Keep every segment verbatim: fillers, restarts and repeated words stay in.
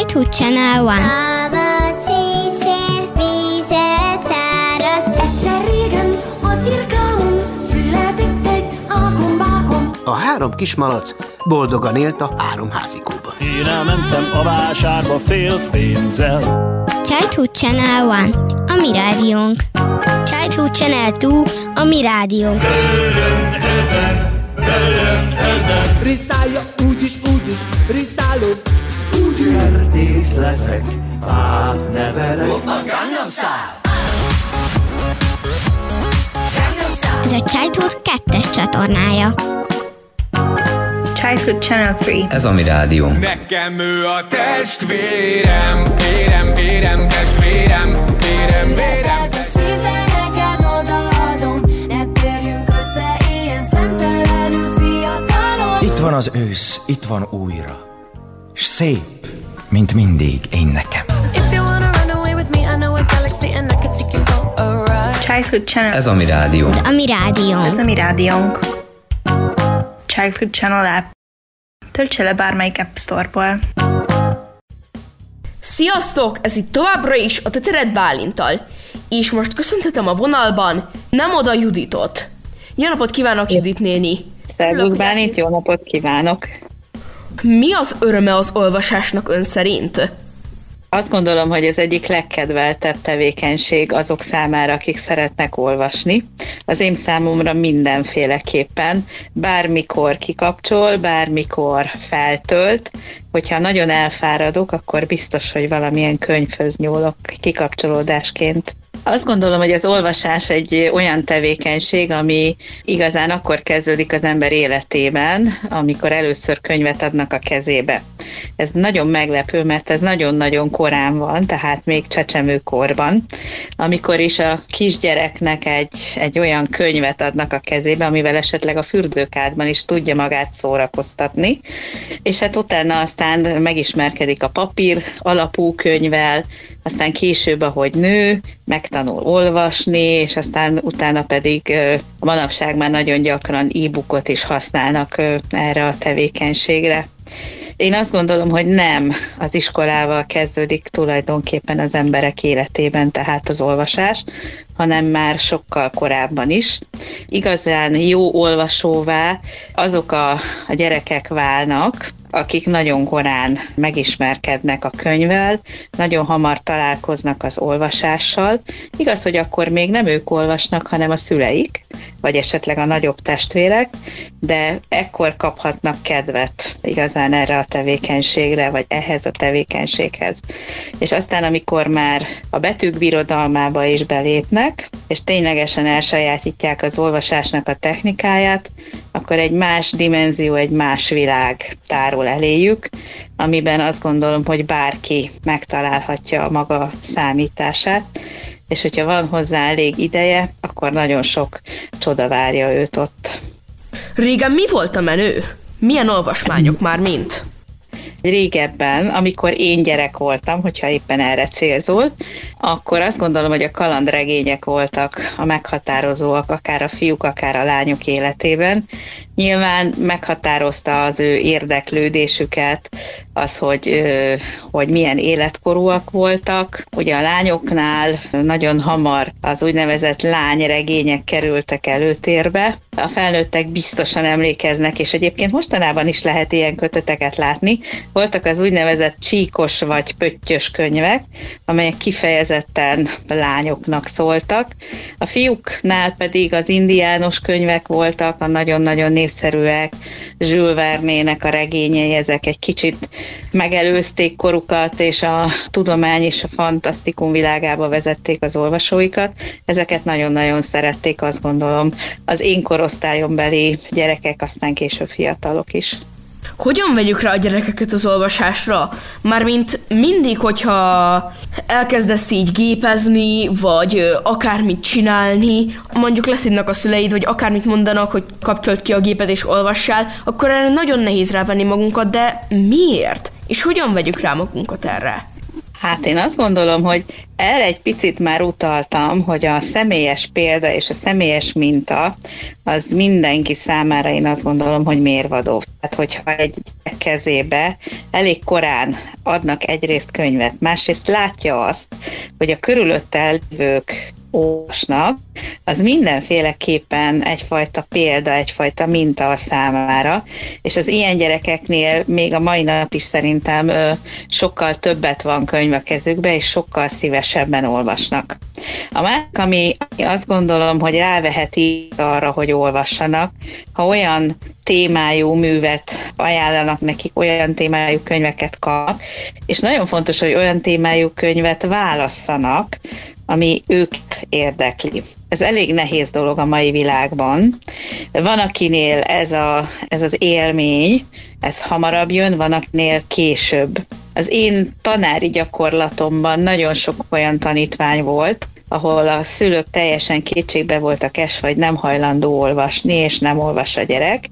Childhood Channel One. Távol színszél, vízet száraz. Egyszer régen az irgalom született egy ákombákom. A három kismalac boldogan élt a három házikóban. Én elmentem a vásárba fél pénzzel. Childhood Channel One, a mi rádiónk. Childhood Channel Two, a mi rádiónk. Riszálja úgyis, úgyis, riszáló, úgyis. Kertész leszek, fát nevelek. Ez a Childhood kettes csatornája. Childhood Channel Three. Ez a mi rádió. Nekem ő a testvérem, vérem, vérem, testvérem, vérem, vérem. Ez a szinte neked odaadom, ne törjünk össze ilyen szemtelenül fiatalon. Itt van az ősz, itt van újra, s szép, mint mindig én nekem. Childhood Channel. Ez a mi rádió. A mi rádiónk. Ez a mi rádiónk. Childhood Channel app. Töltse le bármelyik App Store-ból. Sziasztok! Ez itt továbbra is a Te Tered Bálinttal. És most köszöntetem a vonalban Nem oda Juditot. Jó napot kívánok, Judit néni! Szervusz Bálint, jó napot kívánok! Mi az öröme az olvasásnak ön szerint? Azt gondolom, hogy ez egyik legkedveltebb tevékenység azok számára, akik szeretnek olvasni. Az én számomra mindenféleképpen, bármikor kikapcsol, bármikor feltölt, hogyha nagyon elfáradok, akkor biztos, hogy valamilyen könyvhöz nyúlok kikapcsolódásként. Azt gondolom, hogy az olvasás egy olyan tevékenység, ami igazán akkor kezdődik az ember életében, amikor először könyvet adnak a kezébe. Ez nagyon meglepő, mert ez nagyon-nagyon korán van, tehát még csecsemőkorban, amikor is a kisgyereknek egy, egy olyan könyvet adnak a kezébe, amivel esetleg a fürdőkádban is tudja magát szórakoztatni, és hát utána aztán megismerkedik a papír alapú könyvvel, aztán később, ahogy nő, megtanul olvasni, és aztán utána pedig manapság már nagyon gyakran e-bookot is használnak erre a tevékenységre. Én azt gondolom, hogy nem az iskolával kezdődik tulajdonképpen az emberek életében, tehát az olvasás, hanem már sokkal korábban is. Igazán jó olvasóvá azok a, a gyerekek válnak, akik nagyon korán megismerkednek a könyvvel, nagyon hamar találkoznak az olvasással. Igaz, hogy akkor még nem ők olvasnak, hanem a szüleik, vagy esetleg a nagyobb testvérek, de ekkor kaphatnak kedvet igazán erre a tevékenységre, vagy ehhez a tevékenységhez. És aztán, amikor már a betűk birodalmába is belépnek, és ténylegesen elsajátítják az olvasásnak a technikáját, akkor egy más dimenzió, egy más világ tárul eléjük, amiben azt gondolom, hogy bárki megtalálhatja a maga számítását, és hogyha van hozzá elég ideje, akkor nagyon sok csoda várja őt ott. Régen mi volt a menő? Milyen olvasmányok már mint? Régebben, amikor én gyerek voltam, hogyha éppen erre célzol, akkor azt gondolom, hogy a kalandregények voltak a meghatározóak, akár a fiúk, akár a lányok életében. Nyilván meghatározta az ő érdeklődésüket, az, hogy, hogy milyen életkorúak voltak. Ugye a lányoknál nagyon hamar az úgynevezett lányregények kerültek előtérbe. A felnőttek biztosan emlékeznek, és egyébként mostanában is lehet ilyen köteteket látni. Voltak az úgynevezett csíkos vagy pöttyös könyvek, amelyek kifejezetten lányoknak szóltak. A fiúknál pedig az indiános könyvek voltak, a nagyon-nagyon népszerűek, Jules Verne-nek a regényei, ezek egy kicsit megelőzték korukat, és a tudomány és a fantasztikum világába vezették az olvasóikat. Ezeket nagyon-nagyon szerették, azt gondolom, az én korosztályon beli gyerekek, aztán később fiatalok is. Hogyan vegyük rá a gyerekeket az olvasásra? Mármint mindig, hogyha elkezdesz így gépezni, vagy akármit csinálni, mondjuk leszidnak a szüleid, vagy akármit mondanak, hogy kapcsolt ki a gépet és olvassál, akkor erre nagyon nehéz rávenni magunkat, de miért? És hogyan vegyük rá magunkat erre? Hát én azt gondolom, hogy erre egy picit már utaltam, hogy a személyes példa és a személyes minta az mindenki számára, én azt gondolom, hogy mérvadó. Tehát, hogyha egy kezébe elég korán adnak egyrészt könyvet, másrészt látja azt, hogy a körülötte lévők olvasnak, az mindenféleképpen egyfajta példa, egyfajta minta a számára, és az ilyen gyerekeknél még a mai nap is szerintem ö, sokkal többet van könyv a kezükbe, és sokkal szívesebben olvasnak. A másik, ami azt gondolom, hogy ráveheti arra, hogy olvassanak, ha olyan témájú művet ajánlanak nekik, olyan témájú könyveket kap, és nagyon fontos, hogy olyan témájú könyvet válasszanak, ami őket érdekli. Ez elég nehéz dolog a mai világban. Van, akinél ez, a, ez az élmény, ez hamarabb jön, van, akinél később. Az én tanári gyakorlatomban nagyon sok olyan tanítvány volt, ahol a szülők teljesen kétségbe voltak esve, hogy nem hajlandó olvasni, és nem olvas a gyerek.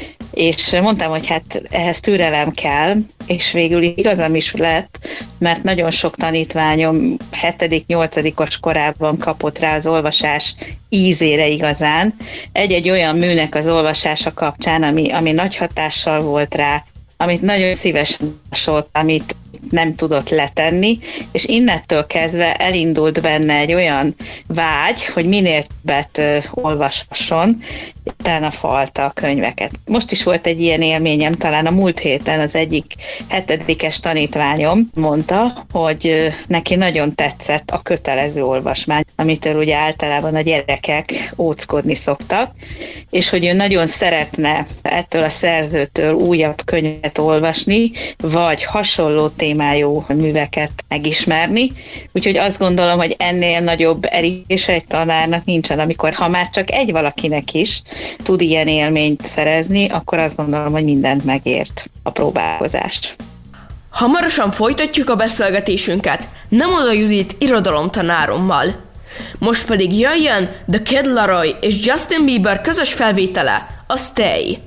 És mondtam, hogy hát ehhez türelem kell, és végül igazam is lett, mert nagyon sok tanítványom hetedik-nyolcadikos korában kapott rá az olvasás ízére igazán. Egy-egy olyan műnek az olvasása kapcsán, ami, ami nagy hatással volt rá, amit nagyon szívesen olvasott, amit nem tudott letenni, és innettől kezdve elindult benne egy olyan vágy, hogy minél többet olvashasson, utána falta a könyveket. Most is volt egy ilyen élményem, talán a múlt héten az egyik hetedikes tanítványom mondta, hogy neki nagyon tetszett a kötelező olvasmány, amitől ugye általában a gyerekek óckodni szoktak, és hogy ő nagyon szeretne ettől a szerzőtől újabb könyvet olvasni, vagy hasonló témájú műveket megismerni. Úgyhogy azt gondolom, hogy ennél nagyobb erítése egy tanárnak nincsen, amikor ha már csak egy valakinek is tud ilyen élményt szerezni, akkor azt gondolom, hogy mindent megért a próbálkozás. Hamarosan folytatjuk a beszélgetésünket Nem oda Judit irodalomtanárommal. Most pedig jöjjön The Kid Laroi és Justin Bieber közös felvétele, a Stay.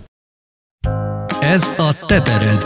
Ez a Te Tered.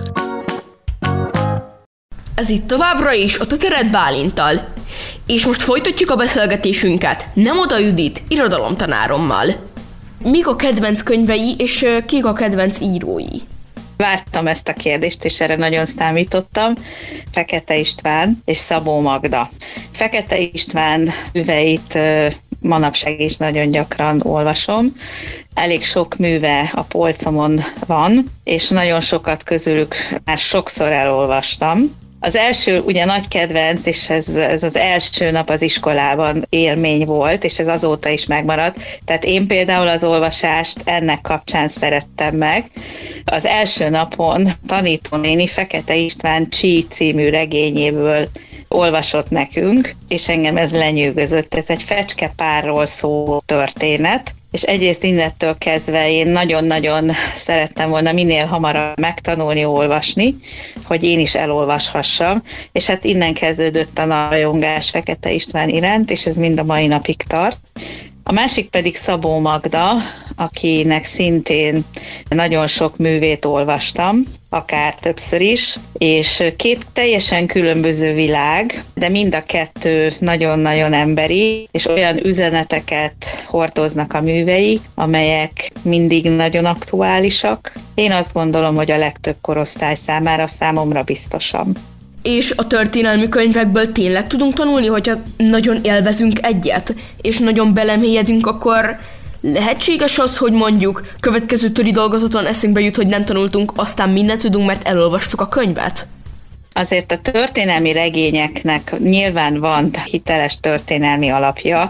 Ez itt továbbra is a Te Tered Bálinttal. És most folytatjuk a beszélgetésünket Nem oda Judit irodalomtanárommal. Mik a kedvenc könyvei, és kik a kedvenc írói? Vártam ezt a kérdést, és erre nagyon számítottam. Fekete István és Szabó Magda. Fekete István műveit manapság is nagyon gyakran olvasom. Elég sok műve a polcomon van, és nagyon sokat közülük már sokszor elolvastam. Az első ugye nagy kedvenc, és ez, ez az első nap az iskolában élmény volt, és ez azóta is megmaradt. Tehát én például az olvasást ennek kapcsán szerettem meg. Az első napon tanítónéni Fekete István Csí című regényéből olvasott nekünk, és engem ez lenyűgözött. Ez egy fecskepárról szóló történet, és egyrészt innettől kezdve én nagyon-nagyon szerettem volna minél hamarabb megtanulni olvasni, hogy én is elolvashassam, és hát innen kezdődött a rajongás Fekete István iránt, és ez mind a mai napig tart. A másik pedig Szabó Magda, akinek szintén nagyon sok művét olvastam, akár többször is, és két teljesen különböző világ, de mind a kettő nagyon-nagyon emberi, és olyan üzeneteket hordoznak a művei, amelyek mindig nagyon aktuálisak. Én azt gondolom, hogy a legtöbb korosztály számára, számomra biztosan. És a történelmi könyvekből tényleg tudunk tanulni, hogyha nagyon élvezünk egyet, és nagyon belemélyedünk, akkor lehetséges az, hogy mondjuk következő töri dolgozaton eszünkbe jut, hogy nem tanultunk, aztán mindent tudunk, mert elolvastuk a könyvet? Azért a történelmi regényeknek nyilván van hiteles történelmi alapja,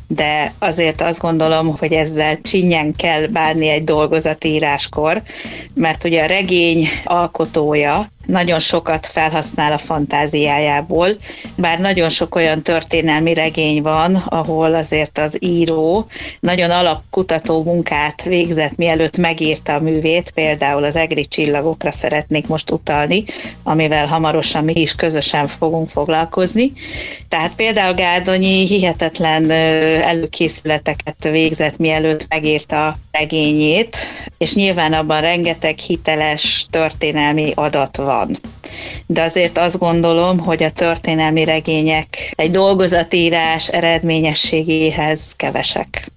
de azért azt gondolom, hogy ezzel csinnyen kell bánni egy dolgozatíráskor, mert ugye a regény alkotója nagyon sokat felhasznál a fantáziájából, bár nagyon sok olyan történelmi regény van, ahol azért az író nagyon alapkutató munkát végzett, mielőtt megírta a művét, például az Egri csillagokra szeretnék most utalni, amivel hamarosan mi is közösen fogunk foglalkozni. Tehát például Gárdonyi hihetetlen előkészületeket végzett, mielőtt megírta a regényét, és nyilván abban rengeteg hiteles történelmi adat van. De azért azt gondolom, hogy a történelmi regények egy dolgozatírás eredményességéhez kevesek.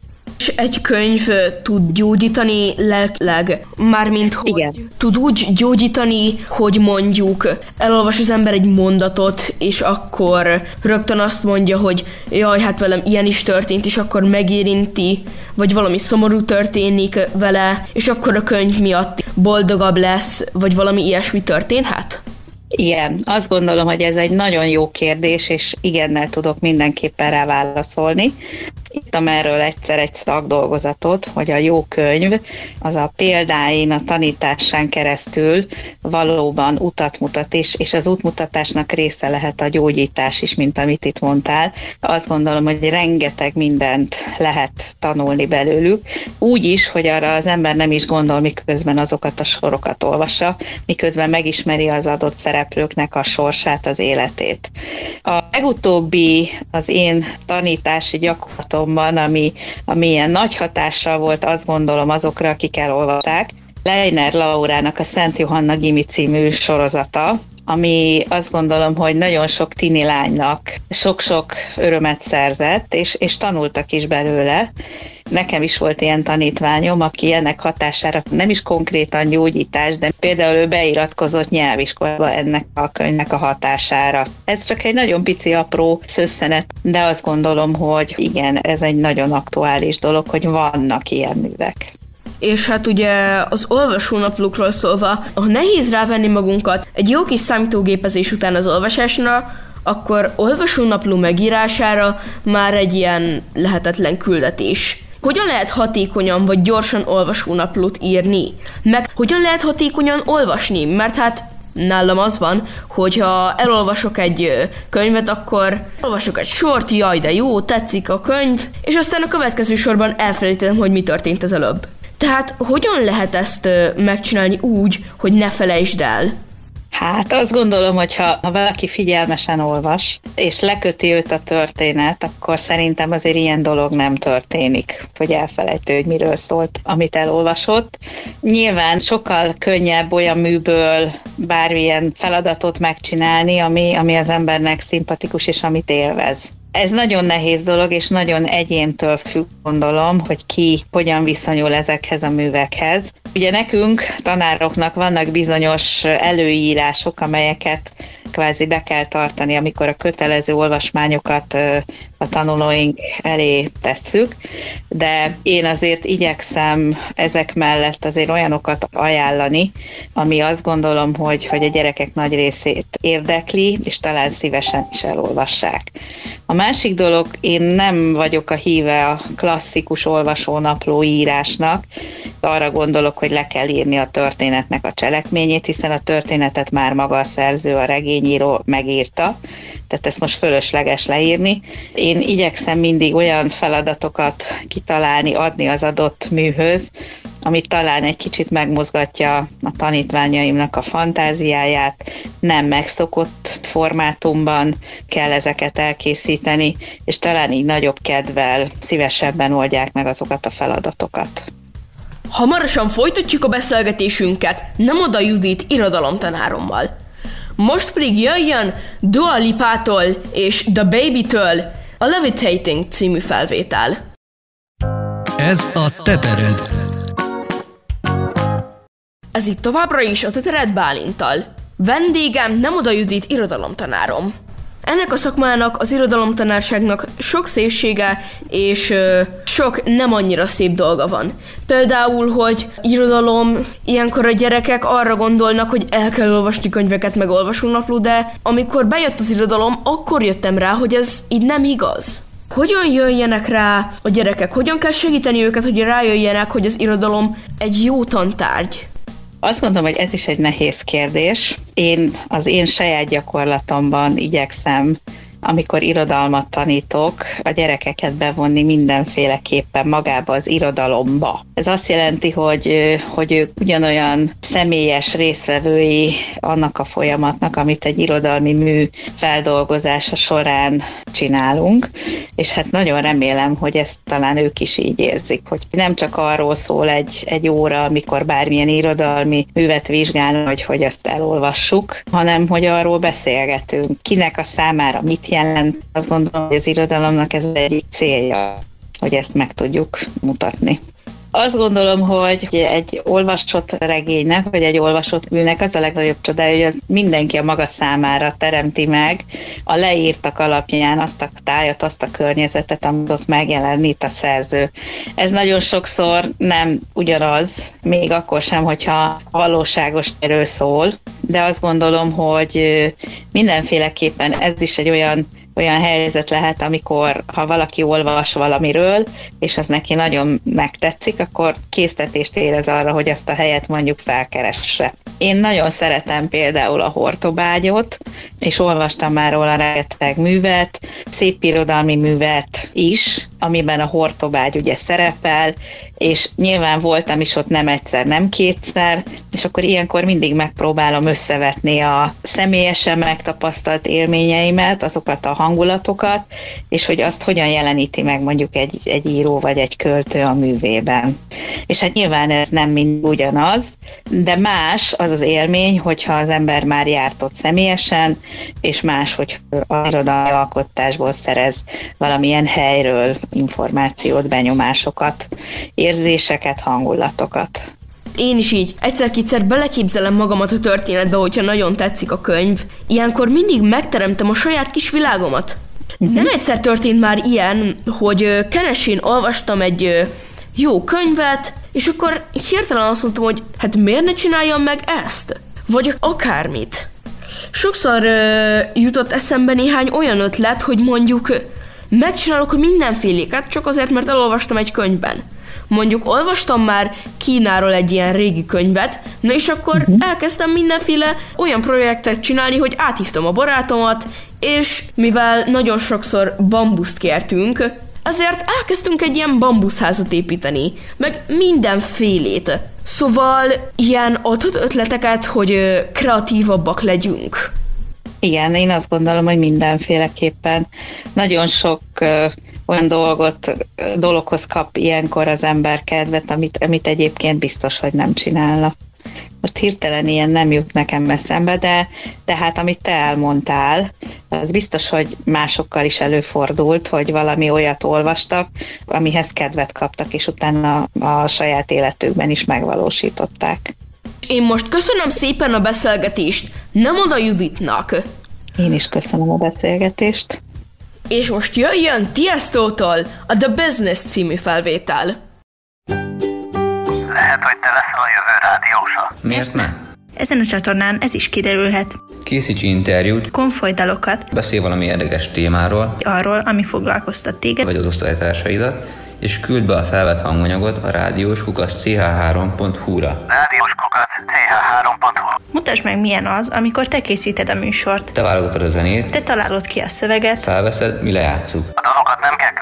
És egy könyv tud gyógyítani lelkileg, mármint hogy Igen. tud úgy gyógyítani, hogy mondjuk elolvas az ember egy mondatot, és akkor rögtön azt mondja, hogy jaj, hát velem ilyen is történt, és akkor megérinti, vagy valami szomorú történik vele, és akkor a könyv miatt boldogabb lesz, vagy valami ilyesmi történhet? Igen, azt gondolom, hogy ez egy nagyon jó kérdés, és igennel tudok mindenképpen rá válaszolni. Írtam erről egyszer egy szakdolgozatot, hogy a jó könyv az a példáin, a tanításán keresztül valóban utat mutat is, és az útmutatásnak része lehet a gyógyítás is, mint amit itt mondtál. Azt gondolom, hogy rengeteg mindent lehet tanulni belőlük, úgy is, hogy arra az ember nem is gondol, miközben azokat a sorokat olvassa, miközben megismeri az adott szereplőknek a sorsát, az életét. A legutóbbi az én tanítási gyakorlatom, ami, ami ilyen nagy hatással volt, azt gondolom azokra, akik elolvasták. Leiner Laurának a Szent Johanna Gimi című sorozata, ami azt gondolom, hogy nagyon sok tini lánynak sok-sok örömet szerzett, és, és tanultak is belőle. Nekem is volt ilyen tanítványom, aki ennek hatására nem is konkrétan gyógyítás, de például ő beiratkozott nyelviskolába ennek a könyvnek a hatására. Ez csak egy nagyon pici, apró szösszenet, de azt gondolom, hogy igen, ez egy nagyon aktuális dolog, hogy vannak ilyen művek. És hát ugye az olvasónaplókról szólva, ha nehéz rávenni magunkat egy jó kis számítógépezés után az olvasásra, akkor olvasónapló megírására már egy ilyen lehetetlen küldetés. Hogyan lehet hatékonyan vagy gyorsan olvasónaplót írni? Meg hogyan lehet hatékonyan olvasni? Mert hát nálam az van, hogyha elolvasok egy könyvet, akkor olvasok egy sort, jaj, de jó, tetszik a könyv, és aztán a következő sorban elfelejtem, hogy mi történt az előbb. Tehát hogyan lehet ezt megcsinálni úgy, hogy ne felejtsd el? Hát azt gondolom, hogy ha, ha valaki figyelmesen olvas, és leköti őt a történet, akkor szerintem azért ilyen dolog nem történik, hogy elfelejtő, hogy miről szólt, amit elolvasott. Nyilván sokkal könnyebb olyan műből bármilyen feladatot megcsinálni, ami, ami az embernek szimpatikus és amit élvez. Ez nagyon nehéz dolog, és nagyon egyéntől függ, gondolom, hogy ki hogyan viszonyul ezekhez a művekhez. Ugye nekünk, tanároknak vannak bizonyos előírások, amelyeket kvázi be kell tartani, amikor a kötelező olvasmányokat a tanulóink elé tesszük, de én azért igyekszem ezek mellett azért olyanokat ajánlani, ami azt gondolom, hogy, hogy a gyerekek nagy részét érdekli, és talán szívesen is elolvassák. A másik dolog, én nem vagyok a híve a klasszikus olvasónapló írásnak, arra gondolok, hogy le kell írni a történetnek a cselekményét, hiszen a történetet már maga a szerző, a regényíró megírta, tehát ezt most fölösleges leírni. Én igyekszem mindig olyan feladatokat kitalálni, adni az adott műhöz, amit talán egy kicsit megmozgatja a tanítványaimnak a fantáziáját, nem megszokott formátumban kell ezeket elkészíteni, és talán így nagyobb kedvel, szívesebben oldják meg azokat a feladatokat. Hamarosan folytatjuk a beszélgetésünket Nemoda Judit irodalomtanárommal. Most pedig jöjjön Dua Lipától és The Babytől a Levitating című felvétel. Ez a Tetered. Ez itt továbbra is a Tetered Bálinttal. Vendégem Nemoda Judit irodalomtanárom. Ennek a szakmának, az irodalomtanárságnak sok szépsége és ö, sok nem annyira szép dolga van. Például, hogy irodalom, ilyenkor a gyerekek arra gondolnak, hogy el kell olvasni könyveket, meg olvasónapló, de amikor bejött az irodalom, akkor jöttem rá, hogy ez így nem igaz. Hogyan jöjjenek rá a gyerekek? Hogyan kell segíteni őket, hogy rájöjjenek, hogy az irodalom egy jó tantárgy? Azt gondolom, hogy ez is egy nehéz kérdés. Én az én saját gyakorlatomban igyekszem, amikor irodalmat tanítok, a gyerekeket bevonni mindenféleképpen magába az irodalomba. Ez azt jelenti, hogy, hogy ők ugyanolyan személyes résztvevői annak a folyamatnak, amit egy irodalmi mű feldolgozása során csinálunk, és hát nagyon remélem, hogy ezt talán ők is így érzik, hogy nem csak arról szól egy, egy óra, amikor bármilyen irodalmi művet vizsgálunk, hogy, hogy azt elolvassuk, hanem hogy arról beszélgetünk. Kinek a számára mit jelent, azt gondolom, hogy az irodalomnak ez egyik célja. hogy ezt meg tudjuk mutatni. Azt gondolom, hogy egy olvasott regénynek, vagy egy olvasott műnek az a legnagyobb csodája, hogy mindenki a maga számára teremti meg a leírtak alapján azt a tájat, azt a környezetet, amit ott megjelenít a szerző. Ez nagyon sokszor nem ugyanaz, még akkor sem, hogyha valóságos erről szól, de azt gondolom, hogy mindenféleképpen ez is egy olyan olyan helyzet lehet, amikor ha valaki olvas valamiről, és az neki nagyon megtetszik, akkor késztetést érez arra, hogy azt a helyet mondjuk felkeresse. Én nagyon szeretem például a Hortobágyot, és olvastam már róla rengeteg művet, szépirodalmi művet is, amiben a Hortobágy ugye szerepel, és nyilván voltam is ott nem egyszer, nem kétszer, és akkor ilyenkor mindig megpróbálom összevetni a személyesen megtapasztalt élményeimet, azokat a hangulatokat, és hogy azt hogyan jeleníti meg mondjuk egy, egy író vagy egy költő a művében. És hát nyilván ez nem mind ugyanaz, de más az az élmény, hogyha az ember már járt ott személyesen, és más, hogy az irodalmi alkotásból szerez valamilyen helyről információt, benyomásokat, érzéseket, hangulatokat. Én is így egyszer-kétszer beleképzelem magamat a történetbe, hogyha nagyon tetszik a könyv. Ilyenkor mindig megteremtem a saját kis világomat. Uh-huh. Nem egyszer történt már ilyen, hogy kenesén olvastam egy jó könyvet, és akkor hirtelen azt mondtam, hogy hát miért ne csináljam meg ezt? Vagy akármit. Sokszor uh, jutott eszembe néhány olyan ötlet, hogy mondjuk megcsinálok mindenféléket, csak azért, mert elolvastam egy könyvben. Mondjuk olvastam már Kínáról egy ilyen régi könyvet, na és akkor uh-huh. elkezdtem mindenféle olyan projektet csinálni, hogy áthívtam a barátomat, és mivel nagyon sokszor bambuszt kértünk, azért elkezdtünk egy ilyen bambuszházat építeni, meg mindenfélét. Szóval ilyen adott ötleteket, hogy kreatívabbak legyünk. Igen, én azt gondolom, hogy mindenféleképpen nagyon sok uh, olyan dolgot, dologhoz kap ilyenkor az ember kedvet, amit, amit egyébként biztos, hogy nem csinálna. Most hirtelen ilyen nem jut nekem eszembe, de, de hát amit te elmondtál, az biztos, hogy másokkal is előfordult, hogy valami olyat olvastak, amihez kedvet kaptak, és utána a saját életükben is megvalósították. Én most köszönöm szépen a beszélgetést, nem oda Juditnak. Én is köszönöm a beszélgetést. És most jöjjön Tiestótól a The Business című felvétel. Lehet, hogy te leszel a jövő rádiósa. Miért ne? Ezen a csatornán ez is kiderülhet. Készíts interjút, konfoly dalokat, beszélj valami érdekes témáról, arról, ami foglalkoztat téged, vagy az osztálytársaidat, és küld be a felvett hanganyagot a rádiós kukac c h három pont hu-ra. rádiós kukac c h három pont hu. Mutasd meg, milyen az, amikor te készíted a műsort. Te válogatod a zenét, te találod ki a szöveget, felveszed, mi lejátszuk. A dalokat nem kell